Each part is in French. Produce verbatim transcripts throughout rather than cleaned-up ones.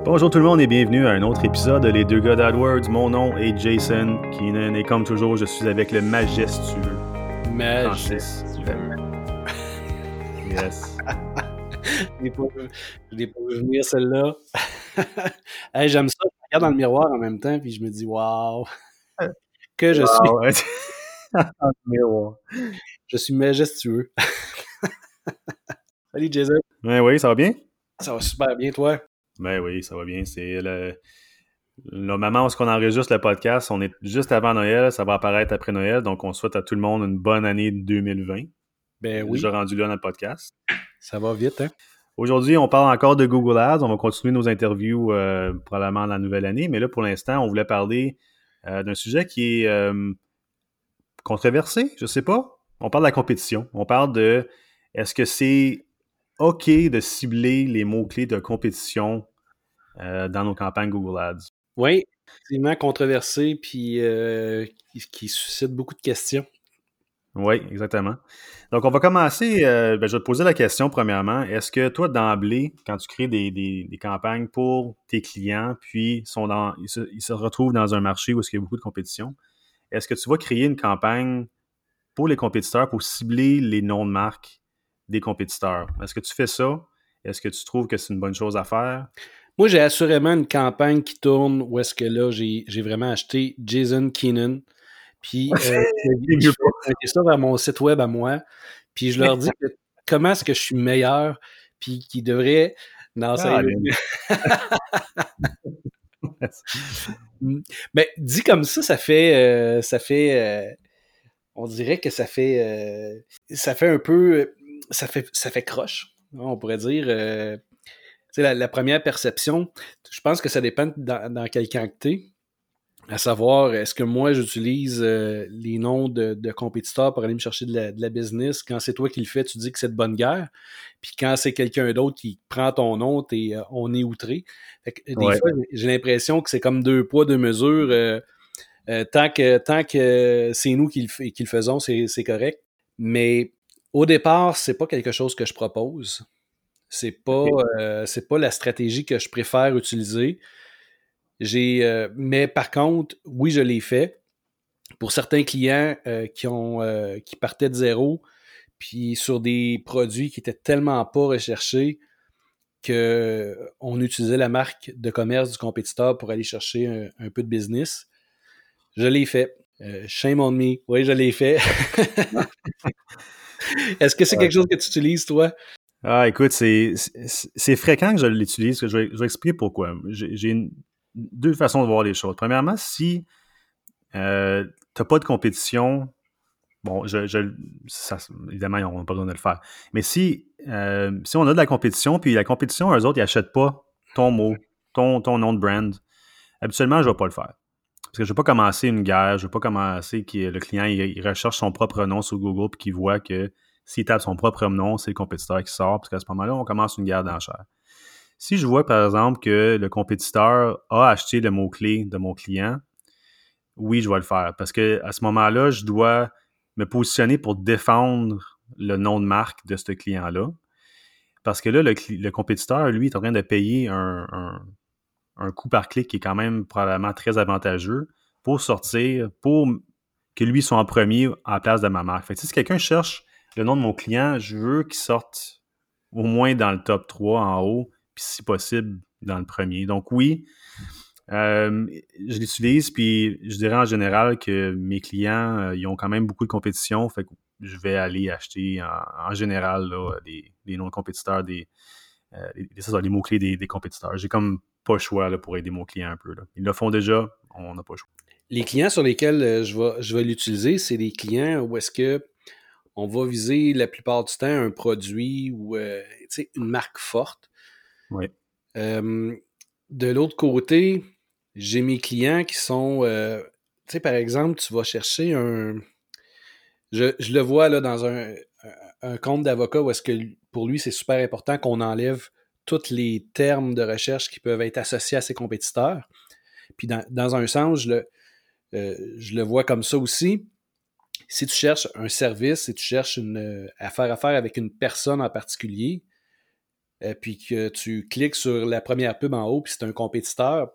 Bonjour tout le monde et bienvenue à un autre épisode de Les Deux gars d'AdWords. Mon nom est Jason Keenan et comme toujours, je suis avec le majestueux Francis. Majestueux. Yes. Je l'ai pas vu, je l'ai pas vu venir celle-là. Hey, j'aime ça. Je me regarde dans le miroir en même temps puis je me dis waouh que je Wow. suis. Miroir. Je suis majestueux. Salut Jason. Ben oui, ça va bien? Ça va super bien, toi? Ben oui, ça va bien. C'est le, le moment où on enregistre le podcast. On est juste avant Noël. Ça va apparaître après Noël. Donc, on souhaite à tout le monde une bonne année deux mille vingt. Ben oui. Déjà rendu là dans le podcast. Ça va vite, hein? Aujourd'hui, on parle encore de Google Ads. On va continuer nos interviews euh, probablement la nouvelle année. Mais là, pour l'instant, on voulait parler euh, d'un sujet qui est euh, controversé, je sais pas. On parle de la compétition. On parle de est-ce que c'est OK de cibler les mots-clés de compétition euh, dans nos campagnes Google Ads? Oui, effectivement controversé puis euh, qui, qui suscite beaucoup de questions. Oui, exactement. Donc, on va commencer. Euh, ben, je vais te poser la question premièrement. Est-ce que toi, d'emblée, quand tu crées des, des, des campagnes pour tes clients, puis sont dans, ils, se, ils se retrouvent dans un marché où il y a beaucoup de compétition, est-ce que tu vas créer une campagne pour les compétiteurs pour cibler les noms de marque des compétiteurs? Est-ce que tu fais ça? Est-ce que tu trouves que c'est une bonne chose à faire? Moi, j'ai assurément une campagne qui tourne où est-ce que là, j'ai, j'ai vraiment acheté Jason Keenan. Puis, euh, je fais pointer ça vers mon site web à moi. Puis, je leur dis que comment est-ce que je suis meilleur. Puis, qu'ils devraient. Non, ça Ah, Mais dit comme ça, ça fait. Euh, ça fait. Euh, on dirait que ça fait. Euh, ça fait un peu. Ça fait, ça fait croche. On pourrait dire. Euh, tu sais, la, la première perception, je pense que ça dépend dans, dans quel camp que t'es. À savoir, est-ce que moi, j'utilise euh, les noms de, de compétiteurs pour aller me chercher de la, de la business? Quand c'est toi qui le fais, tu dis que c'est de bonne guerre. Puis quand c'est quelqu'un d'autre qui prend ton nom, t'es, euh, on est outré. Fait que, des ouais. fois, j'ai l'impression que c'est comme deux poids, deux mesures. Euh, euh, tant que, tant que c'est nous qui le, qui le faisons, c'est, c'est correct. Mais au départ, c'est pas quelque chose que je propose. C'est pas, Okay. euh, c'est pas la stratégie que je préfère utiliser. J'ai, euh, mais par contre, oui, je l'ai fait. Pour certains clients euh, qui ont euh, qui partaient de zéro, puis sur des produits qui étaient tellement pas recherchés que on utilisait la marque de commerce du compétiteur pour aller chercher un, un peu de business. Je l'ai fait. Euh, shame on me. Oui, je l'ai fait. Est-ce que c'est quelque chose que tu utilises, toi? Ah, écoute, c'est, c'est, c'est fréquent que je l'utilise. Que je, vais, je vais expliquer pourquoi. J'ai, j'ai une, deux façons de voir les choses. Premièrement, si euh, tu n'as pas de compétition, bon, je, je, ça, évidemment, on n'a pas besoin de le faire. Mais si, euh, si on a de la compétition, puis la compétition, eux autres, ils n'achètent pas ton mot, ton, ton nom de brand, habituellement, je ne vais pas le faire. Parce que je ne veux pas commencer une guerre, je ne veux pas commencer que le client il, il recherche son propre nom sur Google puis qu'il voit que s'il tape son propre nom, c'est le compétiteur qui sort, parce qu'à ce moment-là, on commence une guerre d'enchères. Si je vois, par exemple, que le compétiteur a acheté le mot-clé de mon client, oui, je vais le faire. Parce qu'à ce moment-là, je dois me positionner pour défendre le nom de marque de ce client-là. Parce que là, le, le compétiteur, lui, est en train de payer un, un, un coût par clic qui est quand même probablement très avantageux pour sortir, pour que lui soit en premier à la place de ma marque. Fait que, si quelqu'un cherche le nom de mon client, je veux qu'il sorte au moins dans le top trois en haut, puis si possible, dans le premier. Donc oui, euh, je l'utilise, puis je dirais en général que mes clients, euh, ils ont quand même beaucoup de compétition, fait que je vais aller acheter en, en général là, des, des noms de compétiteurs, des, euh, des, des, des mots-clés des, des compétiteurs. J'ai comme pas le choix là, pour aider mon client un peu. Là. Ils le font déjà, on n'a pas le choix. Les clients sur lesquels euh, je vais, je vais l'utiliser, c'est des clients où est-ce que on va viser la plupart du temps un produit ou euh, une marque forte. Oui. Euh, de l'autre côté, j'ai mes clients qui sont, euh, tu sais, par exemple, tu vas chercher un... Je, je le vois là dans un, un, un compte d'avocat où est-ce que pour lui, c'est super important qu'on enlève tous les termes de recherche qui peuvent être associés à ses compétiteurs. Puis dans, dans un sens, je le, euh, je le vois comme ça aussi. Si tu cherches un service, si tu cherches une, à faire affaire avec une personne en particulier, euh, puis que tu cliques sur la première pub en haut, puis c'est un compétiteur,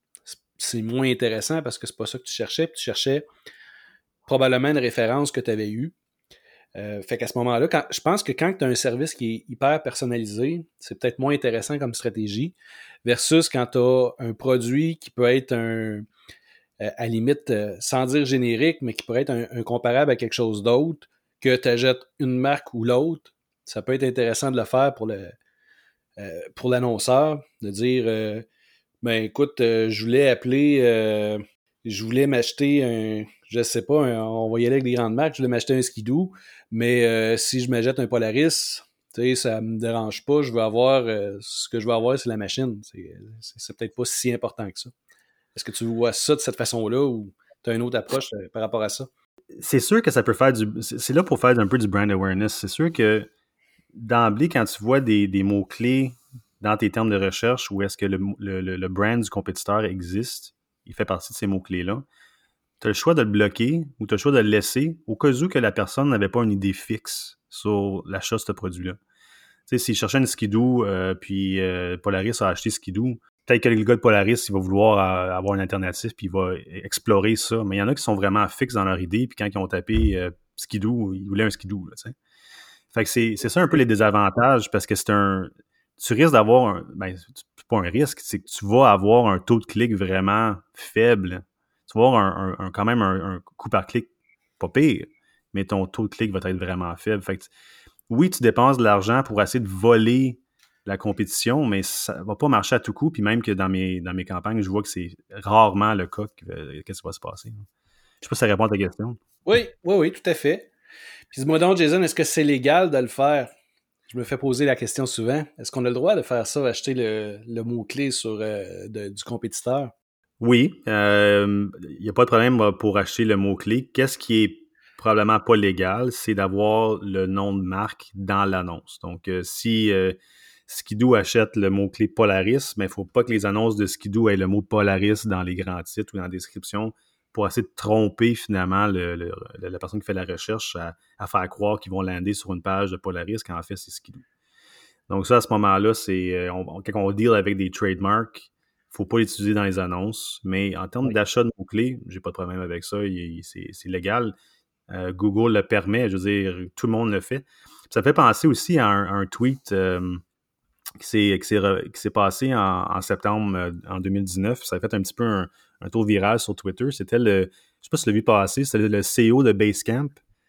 c'est moins intéressant parce que c'est pas ça que tu cherchais, puis tu cherchais probablement une référence que tu avais eue. Euh, fait qu'à ce moment-là, quand, je pense que quand tu as un service qui est hyper personnalisé, c'est peut-être moins intéressant comme stratégie versus quand tu as un produit qui peut être un, euh, à la limite, euh, sans dire générique, mais qui pourrait être un, un comparable à quelque chose d'autre, que tu achètes une marque ou l'autre. Ça peut être intéressant de le faire pour le euh, pour l'annonceur, de dire euh, ben écoute, euh, je voulais appeler euh, je voulais m'acheter un, je sais pas, un, on va y aller avec des grandes marques, je voulais m'acheter un skidoo, mais euh, si je m'achète un Polaris, tu sais, ça me dérange pas, je veux avoir, euh, ce que je veux avoir, c'est la machine. C'est, c'est, c'est peut-être pas si important que ça. Est-ce que tu vois ça de cette façon-là ou tu as une autre approche euh, par rapport à ça? C'est sûr que ça peut faire du... C'est là pour faire un peu du brand awareness. C'est sûr que d'emblée, quand tu vois des, des mots-clés dans tes termes de recherche où est-ce que le, le, le brand du compétiteur existe, il fait partie de ces mots-clés-là, tu as le choix de le bloquer ou tu as le choix de le laisser au cas où que la personne n'avait pas une idée fixe sur l'achat de ce produit-là. Tu sais, s'il cherchait une skidoo, euh, puis euh, Polaris a acheté skidoo, peut-être que le gars de Polaris, il va vouloir euh, avoir une alternative, puis il va explorer ça. Mais il y en a qui sont vraiment fixes dans leur idée, puis quand ils ont tapé euh, skidoo, ils voulaient un skidoo, là, tu sais. Fait que c'est, c'est ça un peu les désavantages, parce que c'est un... Tu risques d'avoir un... Ben, c'est pas un risque, c'est que tu vas avoir un taux de clic vraiment faible. Tu vas avoir un, un, un, quand même un, un coût par clic pas pire, mais ton taux de clic va être vraiment faible. Fait que oui, tu dépenses de l'argent pour essayer de voler la compétition, mais ça va pas marcher à tout coup. Puis même que dans mes, dans mes campagnes, je vois que c'est rarement le cas que, qu'est-ce qui va se passer. Je sais pas si ça répond à ta question. Oui, oui, oui, tout à fait. Puis dis-moi donc, Jason, est-ce que c'est légal de le faire? Je me fais poser la question souvent. Est-ce qu'on a le droit de faire ça, acheter le, le mot-clé sur euh, de, du compétiteur? Oui, il euh, n'y a pas de problème pour acheter le mot-clé. Qu'est-ce qui est probablement pas légal, c'est d'avoir le nom de marque dans l'annonce. Donc, euh, si euh, Skidoo achète le mot-clé Polaris, mais il ne faut pas que les annonces de Skidoo aient le mot Polaris dans les grands titres ou dans la description pour essayer de tromper finalement le, le, la personne qui fait la recherche à, à faire croire qu'ils vont lander sur une page de Polaris quand en fait c'est Skidoo. Donc ça, à ce moment-là, c'est on, quand on deal avec des trademarks, il ne faut pas l'utiliser dans les annonces. Mais en termes Oui. d'achat de mots-clés, j'ai pas de problème avec ça. Il, c'est, c'est légal. Euh, Google le permet. Je veux dire, tout le monde le fait. Puis ça fait penser aussi à un, à un tweet euh, qui, s'est, qui, s'est, qui s'est passé en, en septembre euh, en deux mille dix-neuf. Ça a fait un petit peu un, un tour viral sur Twitter. C'était le, je ne sais pas si tu l'as vu passer, c'était le C E O de Basecamp.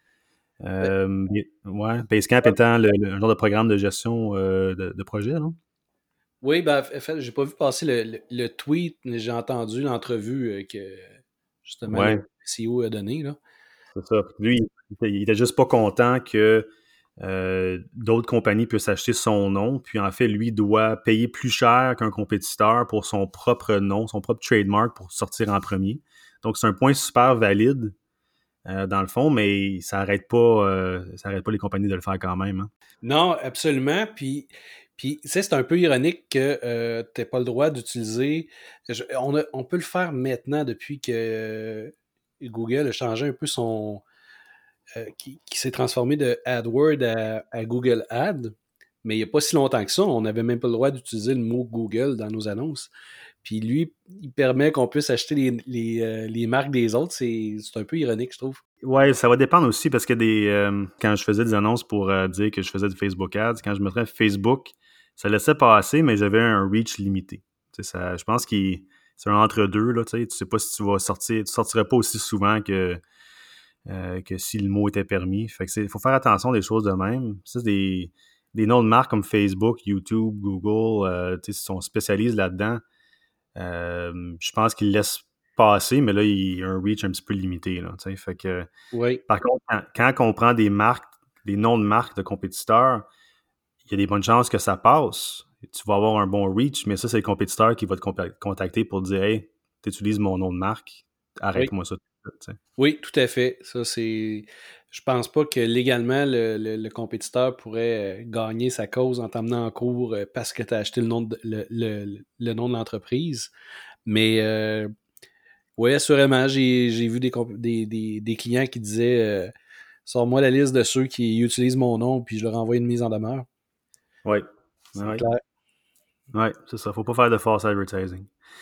Euh, ouais, Basecamp étant le, le, un genre de programme de gestion euh, de, de projet, non? Oui, ben, en fait, j'ai pas vu passer le, le, le tweet, mais j'ai entendu l'entrevue euh, que justement le Ouais, C E O a donné, là. c'est ça. Lui, il était, il était juste pas content que euh, d'autres compagnies puissent acheter son nom. Puis en fait, lui doit payer plus cher qu'un compétiteur pour son propre nom, son propre trademark pour sortir en premier. Donc c'est un point super valide euh, dans le fond, mais ça arrête pas, euh, ça arrête pas les compagnies de le faire quand même. Hein. Non, absolument. Puis, puis tu sais, c'est un peu ironique que euh, tu n'aies pas le droit d'utiliser. je- on, a- on peut le faire maintenant depuis que euh, Google a changé un peu son. euh, qui, qui s'est transformé de AdWord à, à Google Ads. Mais il n'y a pas si longtemps que ça, on n'avait même pas le droit d'utiliser le mot Google dans nos annonces. Puis lui, il permet qu'on puisse acheter les, les, euh, les marques des autres. C'est c'est un peu ironique, je trouve. Ouais, ça va dépendre aussi parce que des euh, quand je faisais des annonces pour euh, dire que je faisais du Facebook Ads, quand je mettrais Facebook, ça laissait passer, mais j'avais un reach limité. Tu sais, ça, je pense que c'est un entre-deux, là, tu sais, tu sais pas si tu vas sortir, tu sortirais pas aussi souvent que, euh, que si le mot était permis. Fait que c'est, faut faire attention des choses de même. Ça, c'est des, des noms de marques comme Facebook, YouTube, Google, euh, tu sais, si on spécialise là-dedans, euh, je pense qu'ils laissent passer, mais là, il y a un reach un petit peu limité, là, tu sais. Fait que Oui, par contre, quand, quand on prend des marques, des noms de marques de compétiteurs, il y a des bonnes chances que ça passe. Tu vas avoir un bon reach, mais ça, c'est le compétiteur qui va te contacter pour te dire Hey, tu utilises mon nom de marque, oui. arrête-moi ça. Tu sais. Oui, tout à fait. Ça, c'est. Je pense pas que légalement le, le- le compétiteur pourrait euh, gagner sa cause en t'emmenant en cours euh, parce que tu as acheté le nom de, le, le- le nom de l'entreprise. Mais euh, oui, assurément, j'ai, j'ai vu des, comp- des, des- des clients qui disaient euh, Sors-moi la liste de ceux qui utilisent mon nom, puis je leur envoie une mise en demeure. Ouais. C'est Ouais. clair. Oui, c'est ça. Faut pas faire de false advertising.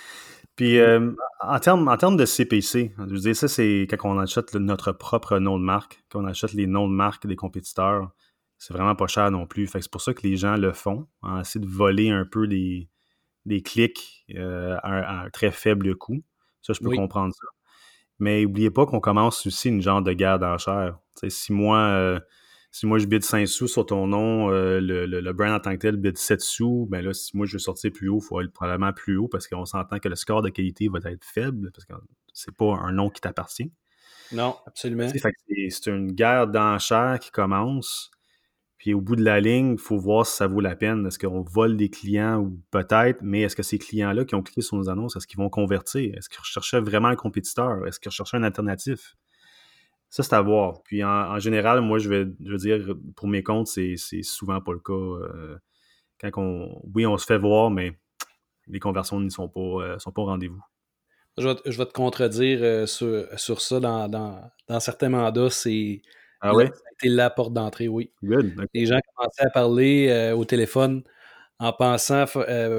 Puis, euh, en termes en termes de C P C, je veux dire, ça, c'est quand on achète le- notre propre nom de marque, quand on achète les noms de marque des compétiteurs, c'est vraiment pas cher non plus. Fait que c'est pour ça que les gens le font, hein, essayer de voler un peu des, des clics euh, à, un, à un très faible coût. Ça, je peux Oui. comprendre ça. Mais n'oubliez pas qu'on commence aussi une genre de guerre d'enchères. Tu sais, si moi, euh, si moi je bide cinq sous sur ton nom, euh, le, le, le brand en tant que tel bide sept sous, ben là, si moi je veux sortir plus haut, il faut aller probablement plus haut parce qu'on s'entend que le score de qualité va être faible parce que c'est pas un nom qui t'appartient. Non, absolument. Tu sais, fait que c'est, c'est une guerre d'enchères qui commence. Puis au bout de la ligne, il faut voir si ça vaut la peine. Est-ce qu'on vole des clients ou peut-être, mais est-ce que ces clients-là qui ont cliqué sur nos annonces, est-ce qu'ils vont convertir? Est-ce qu'ils recherchaient vraiment un compétiteur? Est-ce qu'ils recherchaient un alternatif? Ça, c'est à voir. Puis en, en général, moi, je vais, je veux dire, pour mes comptes, c'est, c'est souvent pas le cas. Euh, quand on, oui, on se fait voir, mais les conversions ne sont pas, euh, sont pas au rendez-vous. Je vais, te- je vais te contredire euh, sur, sur ça. Dans, dans, dans certains mandats, c'est Ah la- ouais? ça a été la porte d'entrée, oui. Good. Okay. Les gens commençaient à parler euh, au téléphone en pensant fa- euh,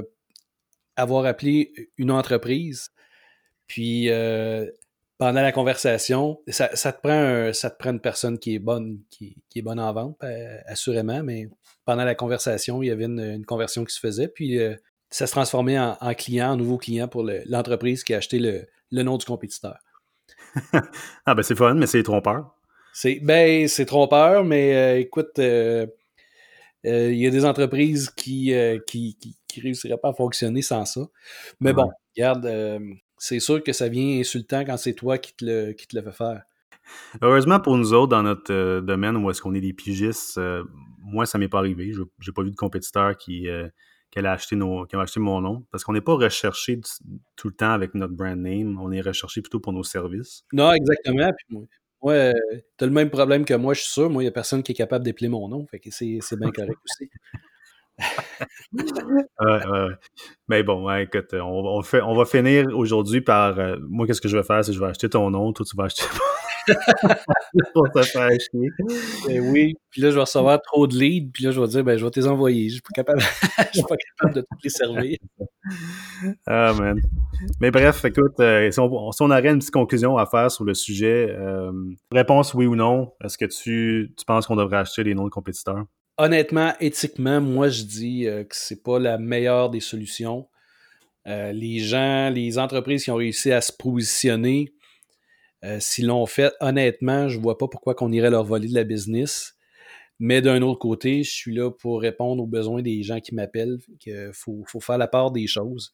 avoir appelé une entreprise. Puis euh, pendant la conversation, ça, ça, te prend un- ça te prend une personne qui est bonne, qui, qui est bonne en vente, euh, assurément, mais pendant la conversation, il y avait une, une conversion qui se faisait, puis euh, ça se transformait en, en client, en nouveau client pour le- l'entreprise qui a acheté le, le nom du compétiteur. Ah ben c'est fun, mais c'est trompeur. C'est, ben, c'est trompeur, mais euh, écoute, euh, euh, il y a des entreprises qui, euh, qui, qui, qui réussiraient pas à fonctionner sans ça. Mais bon, Ouais. regarde, euh, c'est sûr que ça vient insultant quand c'est toi qui te le, qui te le fait faire. Heureusement pour nous autres, dans notre euh, domaine où est-ce qu'on est des pigistes, euh, moi, ça m'est pas arrivé. Je j'ai pas vu de compétiteur qui, euh, qui, allait acheter nos, qui a acheté mon nom. Parce qu'on n'est pas recherché du- tout le temps avec notre brand name. On est recherché plutôt pour nos services. Non, exactement. Puis moi, moi euh, t'as le même problème que moi, je suis sûr. Moi, il n'y a personne qui est capable d'épeler mon nom. Fait que c'est, c'est bien correct aussi. Ouais, ouais. Mais bon, ouais, écoute, on, on, fait, on va finir aujourd'hui par... euh, moi, qu'est-ce que je vais faire? C'est que je vais acheter ton nom. Toi, tu vas acheter pour te faire chier. Ben oui. Puis là, je vais recevoir trop de leads. Puis là, je vais dire, ben, je vais te les envoyer. Je suis pas capable, je suis pas capable de toutes les servir. Ah, man. Mais bref, écoute, euh, si, on, si on aurait une petite conclusion à faire sur le sujet, euh, réponse oui ou non, est-ce que tu, tu penses qu'on devrait acheter les noms de compétiteurs? Honnêtement, éthiquement, moi, je dis euh, que c'est pas la meilleure des solutions. Euh, les gens, les entreprises qui ont réussi à se positionner, euh, s'ils l'ont fait, honnêtement, je vois pas pourquoi qu'on irait leur voler de la business. Mais d'un autre côté, je suis là pour répondre aux besoins des gens qui m'appellent. Il faut, faut faire la part des choses.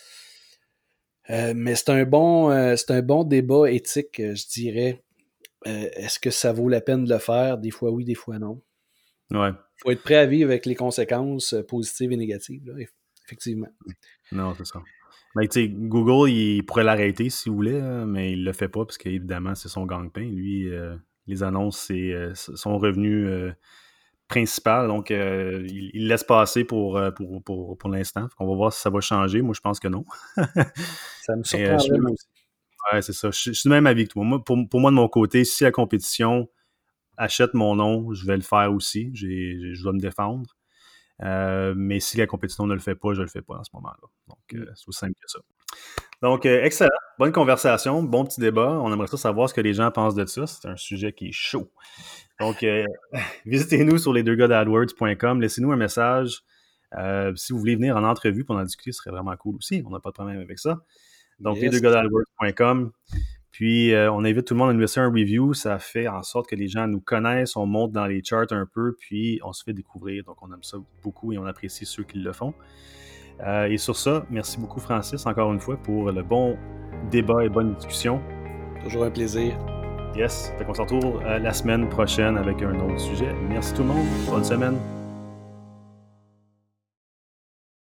Euh, mais c'est un bon, euh, c'est un bon débat éthique, euh, je dirais. Euh, est-ce que ça vaut la peine de le faire? Des fois oui, des fois non. Ouais. Il faut être prêt à vivre avec les conséquences euh, positives et négatives, là, effectivement. Non, c'est ça. Mais tu sais, Google, il pourrait l'arrêter s'il voulait, hein, mais il le fait pas parce qu'évidemment, c'est son gagne-pain. Lui, euh, les annonces, c'est euh, son revenu euh, principal. Donc, euh, il, il laisse passer pour, euh, pour, pour, pour l'instant. On va voir si ça va changer. Moi, je pense que non. Ça me Mais, euh, je surprendrait, moi aussi. Ouais, c'est ça. Je, je suis du même avis que toi. Moi, pour, pour moi, de mon côté, si la compétition achète mon nom, je vais le faire aussi. J'ai, j'ai- je dois me défendre. Euh, mais si la compétition ne le fait pas, je le fais pas en ce moment-là. Donc, euh, c'est aussi simple que ça. Donc, euh, excellent. Bonne conversation. Bon petit débat. On aimerait ça savoir ce que les gens pensent de ça. C'est un sujet qui est chaud. Donc, euh, visitez-nous sur les deux gars d'adwords point com. Laissez-nous un message. Euh, si vous voulez venir en entrevue pour en discuter, ce serait vraiment cool aussi. On n'a pas de problème avec ça. Donc, Yes. les deux gars d'adwords point com. Puis, euh, on invite tout le monde à nous laisser un review. Ça fait en sorte que les gens nous connaissent, on monte dans les charts un peu, puis on se fait découvrir. Donc, on aime ça beaucoup et on apprécie ceux qui le font. Euh, et sur ça, merci beaucoup, Francis, encore une fois, pour le bon débat et bonne discussion. Toujours un plaisir. Yes. Fait qu'on se retrouve euh, la semaine prochaine avec un autre sujet. Merci tout le monde. Bonne semaine.